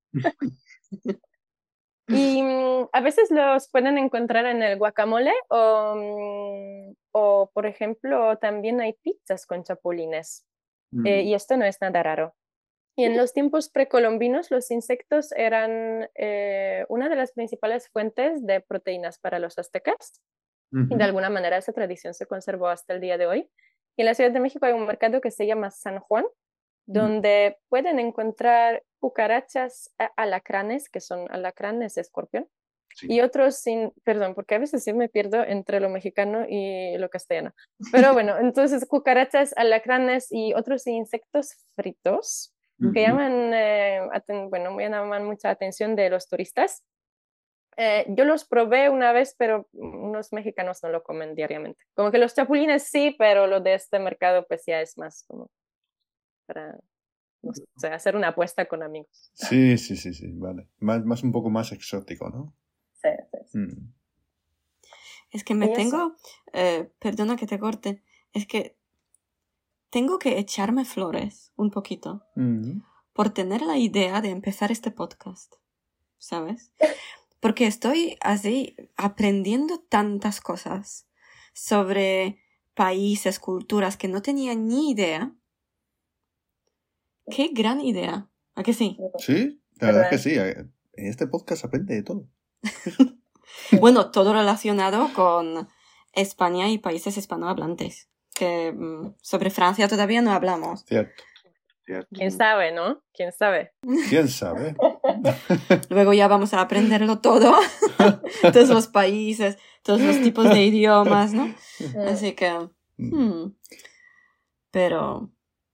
Y mm, a veces los pueden encontrar en el guacamole o, mm, o, por ejemplo, también hay pizzas con chapulines. Eh, Mm. y esto no es nada raro. Y en los tiempos precolombinos, los insectos eran eh, una de las principales fuentes de proteínas para los aztecas. Y de Ujú. alguna manera esa tradición se conservó hasta el día de hoy. Y en la Ciudad de México hay un mercado que se llama San Juan, Mm. donde pueden encontrar cucarachas, a- alacranes, que son alacranes, escorpión, Sí. y otros sin, perdón, porque a veces sí me pierdo entre lo mexicano y lo castellano. Pero bueno, entonces cucarachas, alacranes y otros insectos fritos que Ujú. llaman, eh, aten- bueno, me llaman mucha atención de los turistas. Eh, yo los probé una vez, pero unos mexicanos no lo comen diariamente. Como que los chapulines sí, pero lo de este mercado pues ya es más como para, no sé, hacer una apuesta con amigos. Sí, sí, sí, sí, vale. Más, más un poco más exótico, ¿no? Sí, sí, sí. Mm. Es que me Y eso. tengo, eh, perdona que te corte, es que tengo que echarme flores un poquito Mm. por tener la idea de empezar este podcast, ¿sabes? Porque estoy así aprendiendo tantas cosas sobre países, culturas que no tenía ni idea. ¡Qué gran idea! ¿A que sí? Sí, la verdad es que ¿Verdad? sí. eh, En este podcast se aprende de todo. Bueno, todo relacionado con España y países hispanohablantes. Que mm, sobre Francia todavía no hablamos. Cierto, cierto. ¿Quién sabe, no? ¿Quién sabe? ¿Quién sabe? Luego ya vamos a aprenderlo todo. Todos los países, todos los tipos de idiomas, ¿no? Así que... Mm. hmm. Pero...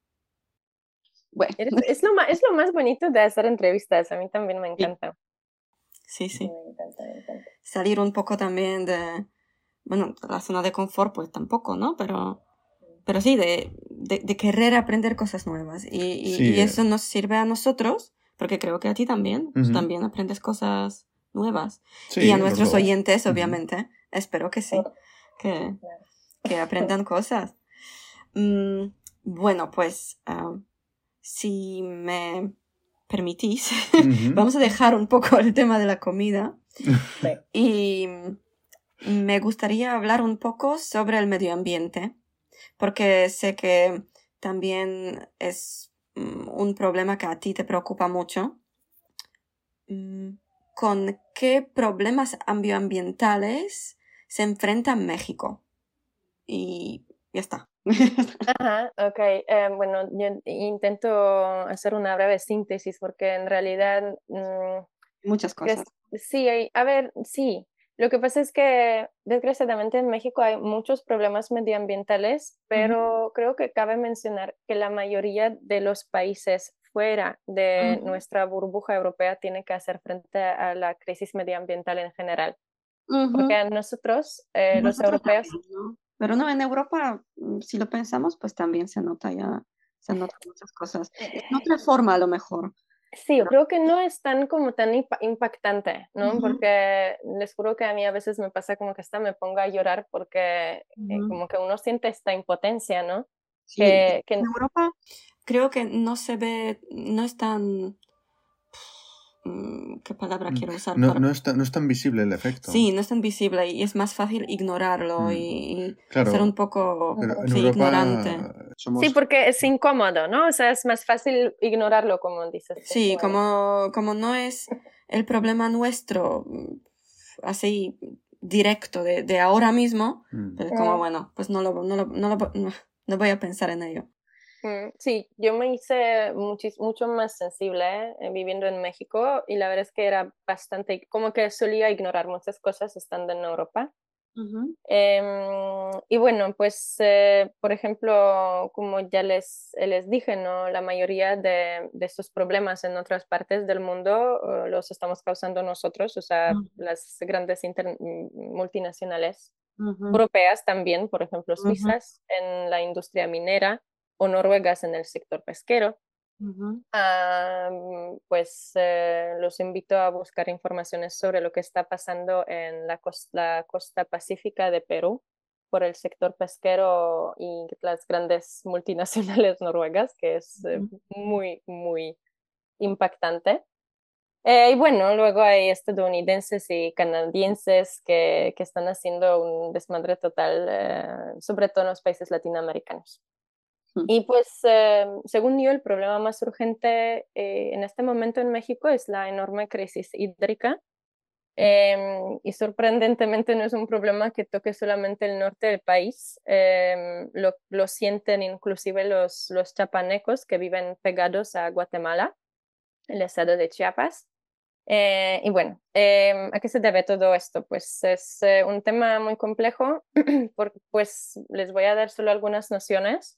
Bueno, Eres- Es lo más, es lo más bonito de hacer entrevistas. A mí también me sí, encanta. sí, Sí, sí. me encanta, me encanta. Salir un poco también de... Bueno, la zona de confort pues tampoco, ¿no? Pero... Pero sí, de, de, de querer aprender cosas nuevas. Y, y, Sí, y eh, eso nos sirve a nosotros, porque creo que a ti también. Tú ujú. también aprendes cosas nuevas. Sí, Y a los nuestros dos. oyentes, Ujú. obviamente. Espero que sí. Que, Claro. que aprendan cosas. Mm, bueno, pues... ah, si me permitís, Ujú. vamos a dejar un poco el tema de la comida. Sí. Y me gustaría hablar un poco sobre el medio ambiente, porque sé que también es mm, un problema que a ti te preocupa mucho. Mm, ¿Con qué problemas ambientales se enfrenta México? Y ya está. Ajá, ok. Eh, bueno, yo intento hacer una breve síntesis porque en realidad mm, Muchas Des- cosas. Sí, hay- a ver, sí. Lo que pasa es que desgraciadamente en México hay muchos problemas medioambientales, Ujú, pero creo que cabe mencionar que la mayoría de los países fuera de ujú, nuestra burbuja europea tienen que hacer frente a la crisis medioambiental en general, porque ujú. a nosotros, eh, los Nosotros europeos, también, ¿no? Pero no, en Europa, mm, si lo pensamos, pues también se nota ya, se notan muchas cosas. En otra forma, a lo mejor. sí, yo Pero, creo que no es tan como tan impa- impactante, ¿no? ujú, Porque les juro que a mí a veces me pasa como que hasta me pongo a llorar porque eh, ujú. como que uno siente esta impotencia, ¿no? Sí, en Que, que Europa creo que no se ve, no es tan, mm, ¿qué palabra Mm. quiero usar No, para? no, es tan, no es tan visible el efecto. Sí, no es tan visible y es más fácil ignorarlo Mm. y, y Claro, ser un poco, pero en sí, ignorante. Europa somos... sí, porque es incómodo, ¿no? O sea, es más fácil ignorarlo, como dices tú. Sí, como, como no es el problema nuestro, mm, así directo de, de ahora mismo, Mm. pues como bueno, pues no lo, no lo, no lo, no, no voy a pensar en ello. Mm, sí, yo me hice muchis- mucho más sensible eh, viviendo en México y la verdad es que era bastante, como que solía ignorar muchas cosas estando en Europa. Ujú, Em, y bueno, pues, eh, por ejemplo, como ya les, les dije, ¿no? La mayoría de, de estos problemas en otras partes del mundo eh, los estamos causando nosotros, o sea, las grandes inter- multinacionales ujú, europeas también, por ejemplo, ujú, suizas en la industria minera o noruegas en el sector pesquero. ujú, Ah, pues eh, los invito a buscar informaciones sobre lo que está pasando en la costa, la costa pacífica de Perú por el sector pesquero y las grandes multinacionales noruegas, que es eh, ujú, muy, muy impactante. Eh, y bueno, luego hay estadounidenses y canadienses que, que están haciendo un desmadre total, eh, sobre todo en los países latinoamericanos. ujú. Y pues, eh, según yo, el problema más urgente eh, en este momento en México es la enorme crisis hídrica. Em, y sorprendentemente no es un problema que toque solamente el norte del país. Em, lo, lo sienten inclusive los, los chapanecos que viven pegados a Guatemala, el estado de Chiapas. Eh, y bueno, em, ¿a qué se debe todo esto? Pues es eh, un tema muy complejo, porque pues les voy a dar solo algunas nociones.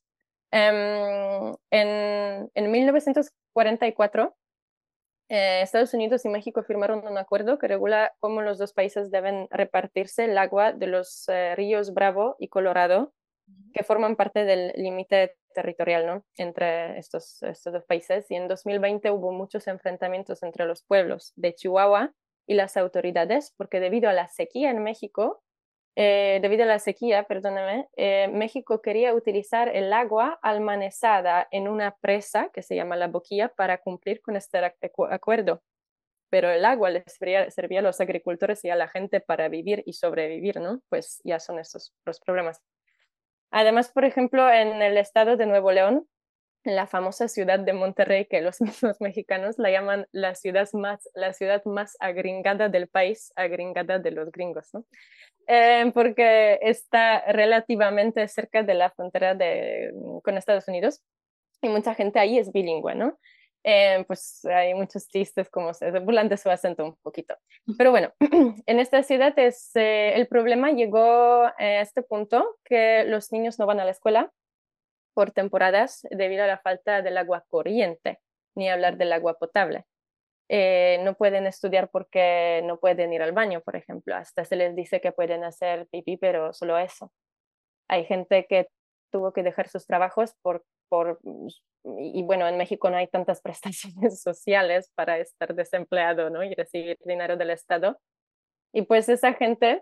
Em, en, en mil novecientos cuarenta y cuatro, eh, Estados Unidos y México firmaron un acuerdo que regula cómo los dos países deben repartirse el agua de los eh, ríos Bravo y Colorado, que forman parte del límite territorial, ¿no? Entre estos, estos dos países. Y en dos mil veinte hubo muchos enfrentamientos entre los pueblos de Chihuahua y las autoridades, porque debido a la sequía en México, eh, debido a la sequía, perdóname, eh, México quería utilizar el agua almacenada en una presa que se llama La Boquilla para cumplir con este acu- acuerdo. Pero el agua les servía, servía a los agricultores y a la gente para vivir y sobrevivir, ¿no? Pues ya son estos los problemas. Además, por ejemplo, en el estado de Nuevo León, en la famosa ciudad de Monterrey, que los mismos mexicanos la llaman la ciudad más, la ciudad más agringada del país, agringada de los gringos, ¿no? Eh, porque está relativamente cerca de la frontera de, con Estados Unidos y mucha gente ahí es bilingüe, ¿no? Eh, pues hay muchos chistes como se burlan de su acento un poquito. Pero bueno, en esta ciudad es, eh, el problema llegó a este punto que los niños no van a la escuela por temporadas debido a la falta del agua corriente, ni hablar del agua potable. Eh, no pueden estudiar porque no pueden ir al baño, por ejemplo. Hasta se les dice que pueden hacer pipí, pero solo eso. Hay gente que tuvo que dejar sus trabajos por, por, y bueno, en México no hay tantas prestaciones sociales para estar desempleado, ¿no? Y recibir dinero del Estado. Y pues esa gente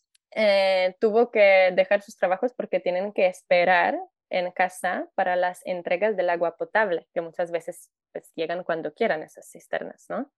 eh, tuvo que dejar sus trabajos porque tienen que esperar en casa para las entregas del agua potable, que muchas veces pues, llegan cuando quieran esas cisternas, ¿no?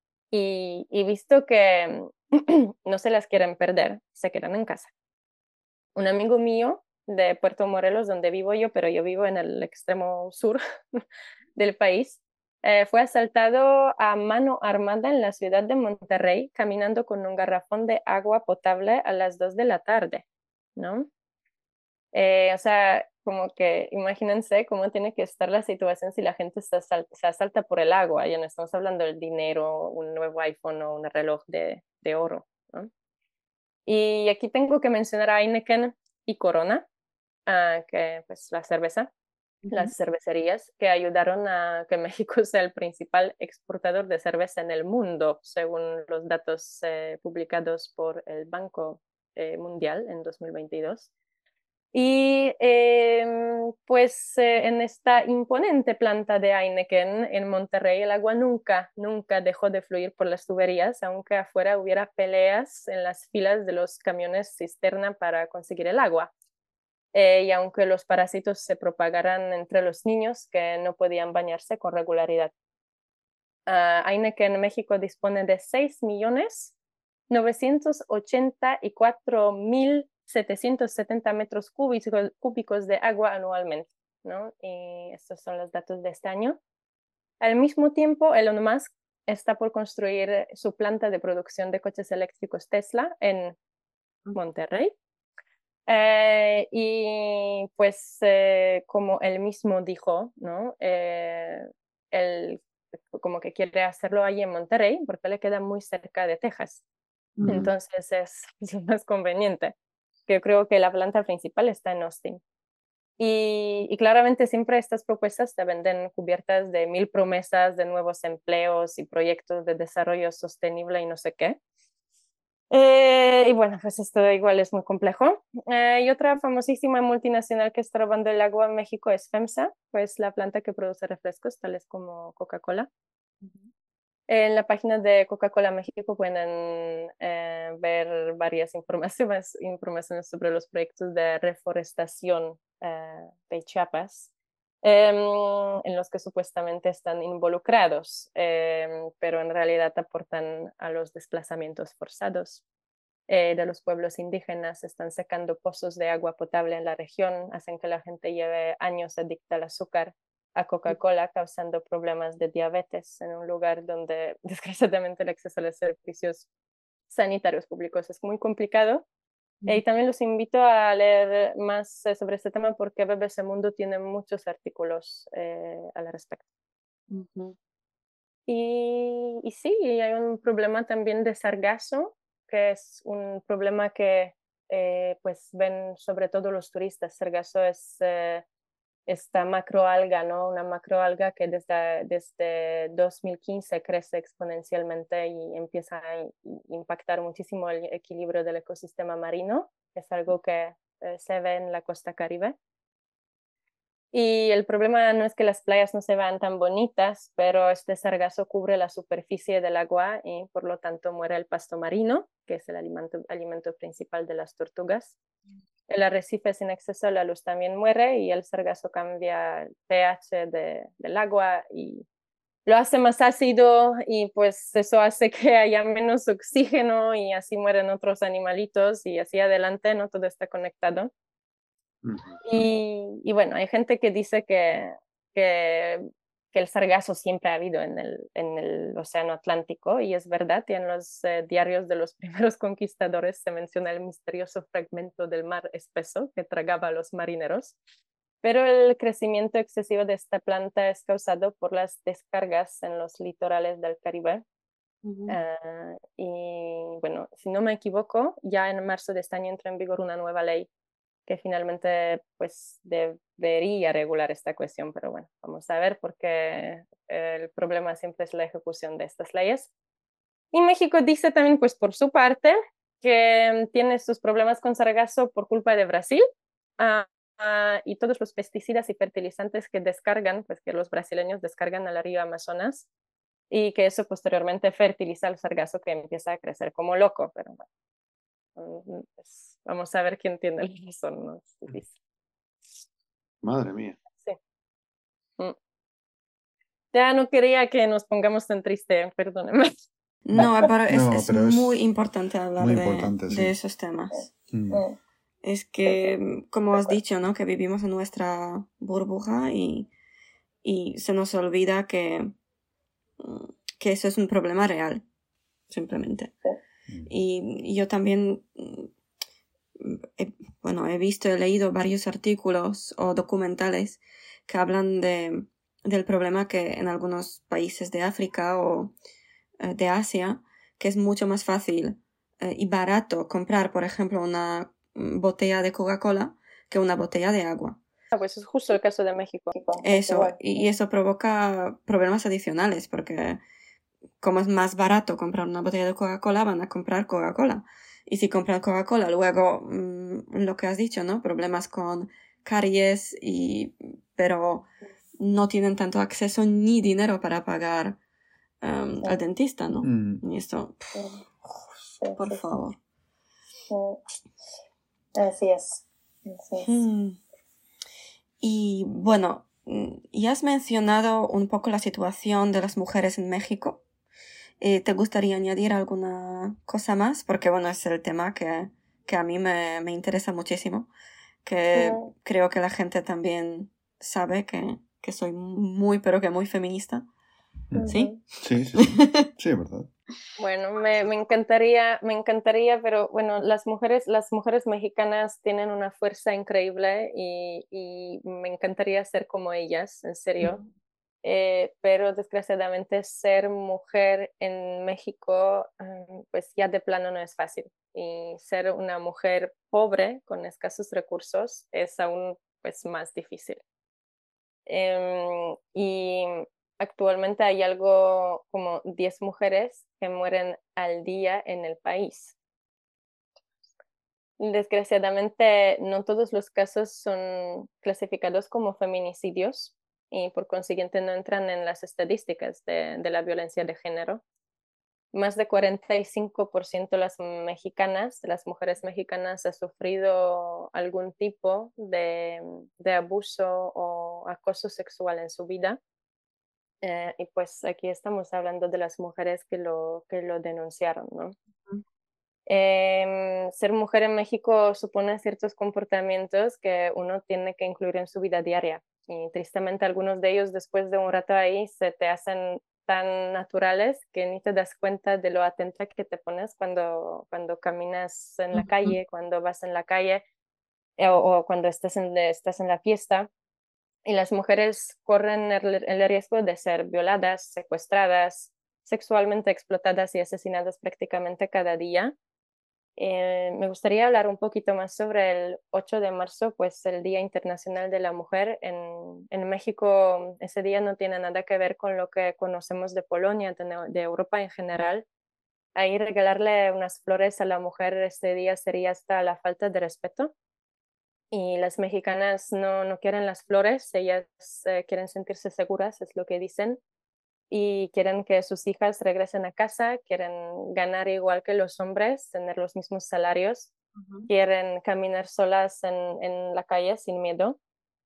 Y, y visto que no se las quieren perder, se quedan en casa. Un amigo mío de Puerto Morelos, donde vivo yo, pero yo vivo en el extremo sur del país, eh, fue asaltado a mano armada en la ciudad de Monterrey, caminando con un garrafón de agua potable a las dos de la tarde, ¿no? Eh, o sea, como que imagínense cómo tiene que estar la situación si la gente se, asal se asalta por el agua, ya no estamos hablando del dinero, un nuevo iPhone o un reloj de, de oro, ¿no? Y aquí tengo que mencionar a Heineken y Corona, uh, que pues la cerveza, Ujú. las cervecerías que ayudaron a que México sea el principal exportador de cerveza en el mundo, según los datos eh, publicados por el Banco eh, Mundial en dos mil veintidós. Y eh, pues eh, en esta imponente planta de Heineken en Monterrey, el agua nunca, nunca dejó de fluir por las tuberías, aunque afuera hubiera peleas en las filas de los camiones cisterna para conseguir el agua. Eh, y aunque los parásitos se propagaran entre los niños que no podían bañarse con regularidad. Uh, Heineken en México dispone de seis millones novecientos ochenta y cuatro mil setecientos setenta metros cúbicos, cúbicos de agua anualmente, ¿no? Y estos son los datos de este año. Al mismo tiempo, Elon Musk está por construir su planta de producción de coches eléctricos Tesla en Monterrey. Eh, y pues eh, como él mismo dijo, ¿no? Eh, él como que quiere hacerlo ahí en Monterrey porque le queda muy cerca de Texas. Mm. Entonces es, es lo más conveniente, que yo creo que la planta principal está en Austin. Y, y claramente siempre estas propuestas te venden cubiertas de mil promesas de nuevos empleos y proyectos de desarrollo sostenible y no sé qué. Eh, y bueno, pues esto igual es muy complejo. Eh, y otra famosísima multinacional que está robando el agua en México es FEMSA, pues la planta que produce refrescos tales como Coca-Cola. En la página de Coca-Cola México pueden eh, ver varias informaciones, informaciones sobre los proyectos de reforestación eh, de Chiapas, eh, en los que supuestamente están involucrados, eh, pero en realidad aportan a los desplazamientos forzados eh, de los pueblos indígenas, están secando pozos de agua potable en la región, hacen que la gente lleve años adicta al azúcar, a Coca-Cola, causando problemas de diabetes en un lugar donde desgraciadamente el acceso a los servicios sanitarios públicos es muy complicado. Mm. Y también los invito a leer más eh, sobre este tema porque B B C Mundo tiene muchos artículos eh, al respecto. Ujú. Y, y sí, y hay un problema también de sargazo, que es un problema que eh, pues ven sobre todo los turistas. Sargazo es eh, esta macroalga, ¿no? Una macroalga que desde, desde dos mil quince crece exponencialmente y empieza a impactar muchísimo el equilibrio del ecosistema marino. Es algo que eh, se ve en la costa Caribe. Y el problema no es que las playas no se vean tan bonitas, pero este sargazo cubre la superficie del agua y por lo tanto muere el pasto marino, que es el alimento, alimento principal de las tortugas. El arrecife sin exceso de la luz también muere y el sargazo cambia el pH de, del agua y lo hace más ácido y pues eso hace que haya menos oxígeno y así mueren otros animalitos y así adelante, ¿no? Todo está conectado. Ujú. Y, y bueno, hay gente que dice que, que, que el sargazo siempre ha habido en el, en el Océano Atlántico, y es verdad, y en los eh, diarios de los primeros conquistadores se menciona el misterioso fragmento del mar espeso que tragaba a los marineros. Pero el crecimiento excesivo de esta planta es causado por las descargas en los litorales del Caribe. Ujú. Uh, y bueno, si no me equivoco, ya en marzo de este año entró en vigor una nueva ley que finalmente pues debería regular esta cuestión, pero bueno, vamos a ver porque el problema siempre es la ejecución de estas leyes. Y México dice también pues por su parte que tiene sus problemas con sargazo por culpa de Brasil uh, uh, y todos los pesticidas y fertilizantes que descargan, pues que los brasileños descargan al río Amazonas y que eso posteriormente fertiliza el sargazo que empieza a crecer como loco, pero bueno. Pues vamos a ver quién tiene la razón, ¿no? Es difícil. Madre mía. Sí. Mm. Ya no quería que nos pongamos tan triste, perdóneme. No, pero es, No, es pero muy es importante hablar muy de, importante, de sí. esos temas. Mm. Es que, como has dicho, ¿no? Que vivimos en nuestra burbuja y, y se nos olvida que, mm, que eso es un problema real, simplemente. Mm. Y yo también, mm, he, bueno, he visto, he leído varios artículos o documentales que hablan de, del problema que en algunos países de África o eh, de Asia, que es mucho más fácil eh, y barato comprar, por ejemplo, una mm, botella de Coca-Cola que una botella de agua. Ah, pues es justo el caso de México. Eso, y eso provoca problemas adicionales, porque como es más barato comprar una botella de Coca-Cola, van a comprar Coca-Cola. Y si compran Coca-Cola, luego, mmm, lo que has dicho, ¿no? Problemas con caries, y, pero no tienen tanto acceso ni dinero para pagar um, al dentista, ¿no? Mm. Y esto, pff, por favor. Así es. Así es. Hmm. Y bueno, ya has mencionado un poco la situación de las mujeres en México. Eh, ¿Te gustaría añadir alguna cosa más? Porque bueno, es el tema que, que a mí me, me interesa muchísimo. Que Uh-huh. creo que la gente también sabe que, que soy muy, pero que muy feminista. Uh-huh. ¿Sí? Sí, sí, sí. Sí, es verdad. Bueno, me, me encantaría, me encantaría, pero bueno, las mujeres, las mujeres mexicanas tienen una fuerza increíble y, y me encantaría ser como ellas, en serio. eh, pero desgraciadamente ser mujer en México, um, pues ya de plano no es fácil. Y ser una mujer pobre con escasos recursos es aún pues más difícil. Um, y actualmente hay algo como diez mujeres que mueren al día en el país. Desgraciadamente, no todos los casos son clasificados como feminicidios y por consiguiente no entran en las estadísticas de, de la violencia de género. Más de cuarenta y cinco por ciento de las mexicanas, de las mujeres mexicanas, ha sufrido algún tipo de, de abuso o acoso sexual en su vida. Eh, y pues aquí estamos hablando de las mujeres que lo, que lo denunciaron, ¿no? Ujú. Eh, ser mujer en México supone ciertos comportamientos que uno tiene que incluir en su vida diaria. Y tristemente algunos de ellos después de un rato ahí se te hacen tan naturales que ni te das cuenta de lo atenta que te pones cuando, cuando caminas en la Ujú. calle, cuando vas en la calle eh, o, o cuando estás en, de, estás en la fiesta. Y las mujeres corren el, el riesgo de ser violadas, secuestradas, sexualmente explotadas y asesinadas prácticamente cada día. Eh, me gustaría hablar un poquito más sobre el ocho de marzo, pues el Día Internacional de la Mujer. En, en México ese día no tiene nada que ver con lo que conocemos de Polonia, de, de Europa en general. Ahí regalarle unas flores a la mujer este día sería hasta la falta de respeto. Y las mexicanas no, no quieren las flores, ellas eh, quieren sentirse seguras, es lo que dicen y quieren que sus hijas regresen a casa, quieren ganar igual que los hombres, tener los mismos salarios, Ujú. quieren caminar solas en, en la calle sin miedo.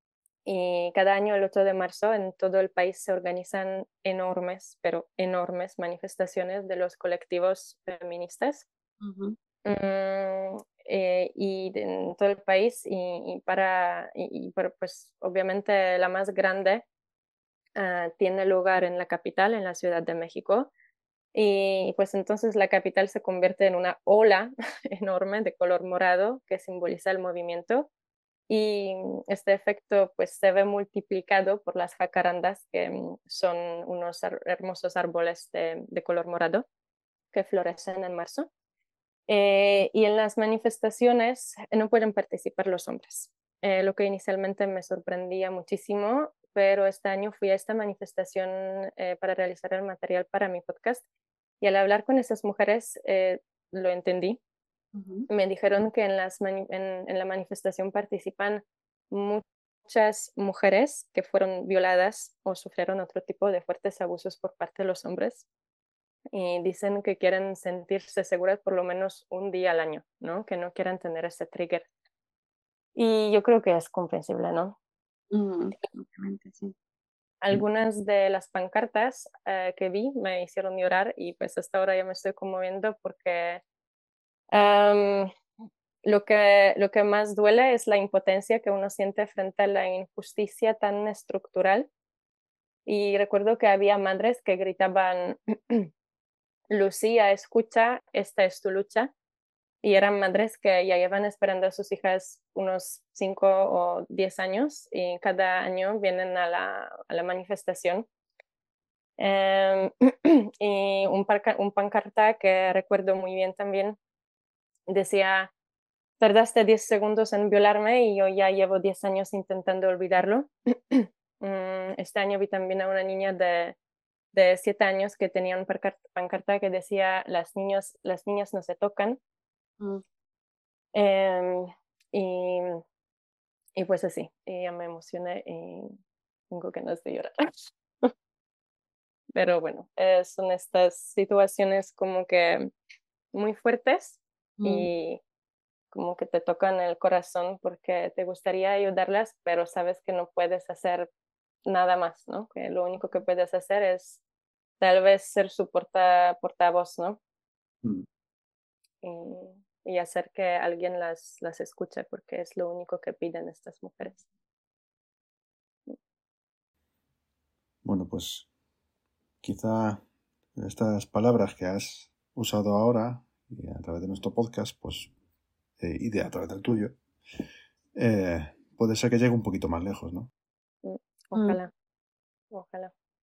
Y cada año, el ocho de marzo, en todo el país se organizan enormes, pero enormes manifestaciones de los colectivos feministas. Ujú. Mm, eh, y de- en todo el país y, y para, y, y, pero, pues obviamente la más grande uh, tiene lugar en la capital, en la Ciudad de México. Y pues entonces la capital se convierte en una ola enorme de color morado que simboliza el movimiento. Y este efecto pues se ve multiplicado por las jacarandas, que mm, son unos ar- hermosos árboles de, de color morado que florecen en marzo. Eh, y en las manifestaciones no pueden participar los hombres, eh, lo que inicialmente me sorprendía muchísimo, pero este año fui a esta manifestación eh, para realizar el material para mi podcast y al hablar con esas mujeres eh, lo entendí. Ujú. Me dijeron que en, las mani en, en la manifestación participan muchas mujeres que fueron violadas o sufrieron otro tipo de fuertes abusos por parte de los hombres y dicen que quieren sentirse seguras por lo menos un día al año, ¿no? Que no quieran tener ese trigger. Y yo creo que es comprensible, ¿no? Mm, obviamente, sí. Algunas de las pancartas eh, que vi me hicieron llorar y pues hasta ahora ya me estoy conmoviendo porque um, lo que, lo que más duele es la impotencia que uno siente frente a la injusticia tan estructural. Y recuerdo que había madres que gritaban, Lucía, escucha, esta es tu lucha. Y eran madres que ya llevan esperando a sus hijas unos cinco o diez años y cada año vienen a la, a la manifestación. Eh, y un, parca, un pancarta que recuerdo muy bien también decía, tardaste diez segundos en violarme y yo ya llevo diez años intentando olvidarlo. Este año vi también a una niña de, de siete años que tenía un pancarta que decía, las, niños, las niñas no se tocan. Mm. Eh, y, y pues así, y ya me emocioné y tengo ganas de llorar. Pero bueno, eh, son estas situaciones como que muy fuertes Mm. y como que te tocan el corazón porque te gustaría ayudarlas, pero sabes que no puedes hacer nada más, ¿no? Que lo único que puedes hacer es tal vez ser su porta, portavoz, ¿no? Mm. Y, y hacer que alguien las, las escuche porque es lo único que piden estas mujeres. Bueno, pues quizá estas palabras que has usado ahora y a través de nuestro podcast, pues, eh, y de a través del tuyo, eh, puede ser que llegue un poquito más lejos, ¿no? Mm, Mm. Ojalá, ojalá.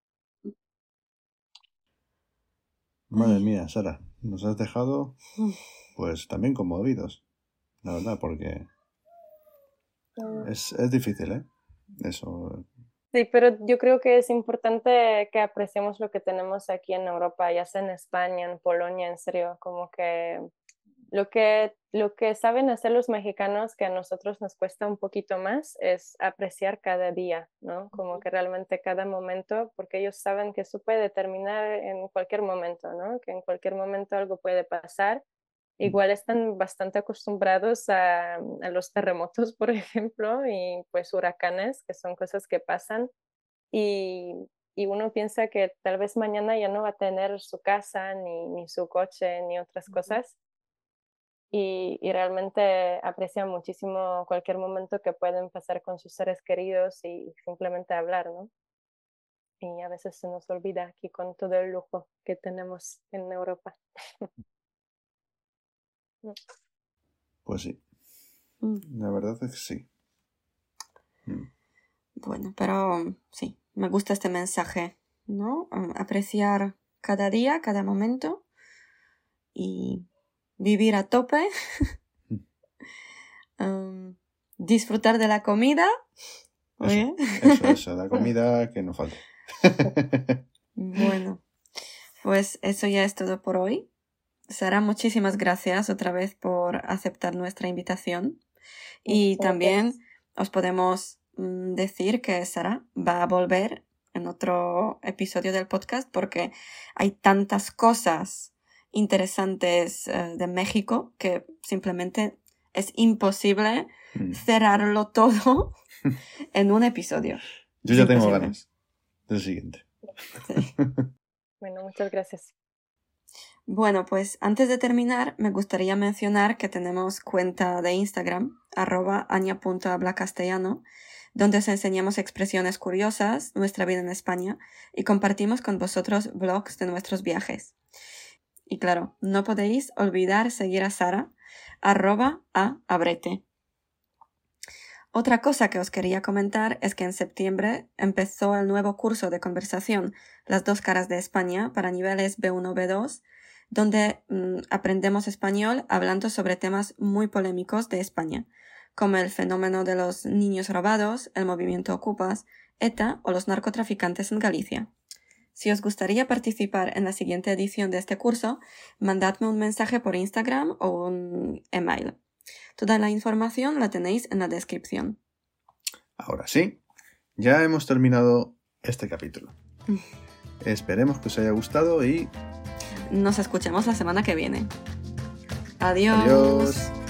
Madre mía, Sara, nos has dejado pues también conmovidos, la verdad, porque es, es difícil, ¿eh? Eso. Sí, pero yo creo que es importante que apreciemos lo que tenemos aquí en Europa, ya sea en España, en Polonia, en serio, como que lo que, lo que saben hacer los mexicanos que a nosotros nos cuesta un poquito más es apreciar cada día, ¿no? Como que realmente cada momento, porque ellos saben que eso puede terminar en cualquier momento, ¿no? Que en cualquier momento algo puede pasar. Igual están bastante acostumbrados a, a los terremotos, por ejemplo, y pues huracanes, que son cosas que pasan. Y, y uno piensa que tal vez mañana ya no va a tener su casa, ni, ni su coche, ni otras cosas. Y, y realmente aprecia muchísimo cualquier momento que pueden pasar con sus seres queridos y simplemente hablar, ¿no? Y a veces se nos olvida aquí con todo el lujo que tenemos en Europa. Pues sí, Mm. la verdad es que sí. Mm. Bueno, pero sí, me gusta este mensaje, ¿no? Um, apreciar cada día, cada momento y vivir a tope. um, disfrutar de la comida. Eso, eso, eso, la comida que no falte. Bueno, pues eso ya es todo por hoy. Sara, muchísimas gracias otra vez por aceptar nuestra invitación. Y Muchas también gracias. os podemos mm, decir que Sara va a volver en otro episodio del podcast porque hay tantas cosas interesantes uh, de México que simplemente es imposible Mm. cerrarlo todo en un episodio. Yo Es ya tengo imposible. ganas del siguiente. Sí. Bueno, muchas gracias. Bueno, pues antes de terminar, me gustaría mencionar que tenemos cuenta de Instagram, arroba aña punto habla castellano, donde os enseñamos expresiones curiosas, nuestra vida en España, y compartimos con vosotros vlogs de nuestros viajes. Y claro, no podéis olvidar seguir a Sara, arroba a abrete. Otra cosa que os quería comentar es que en septiembre empezó el nuevo curso de conversación Las dos caras de España para niveles B uno B dos, donde mmm, aprendemos español hablando sobre temas muy polémicos de España, como el fenómeno de los niños robados, el movimiento Ocupas, ETA o los narcotraficantes en Galicia. Si os gustaría participar en la siguiente edición de este curso, mandadme un mensaje por Instagram o un email. Toda la información la tenéis en la descripción. Ahora sí, ya hemos terminado este capítulo. Esperemos que os haya gustado y nos escuchamos la semana que viene. Adiós. Adiós.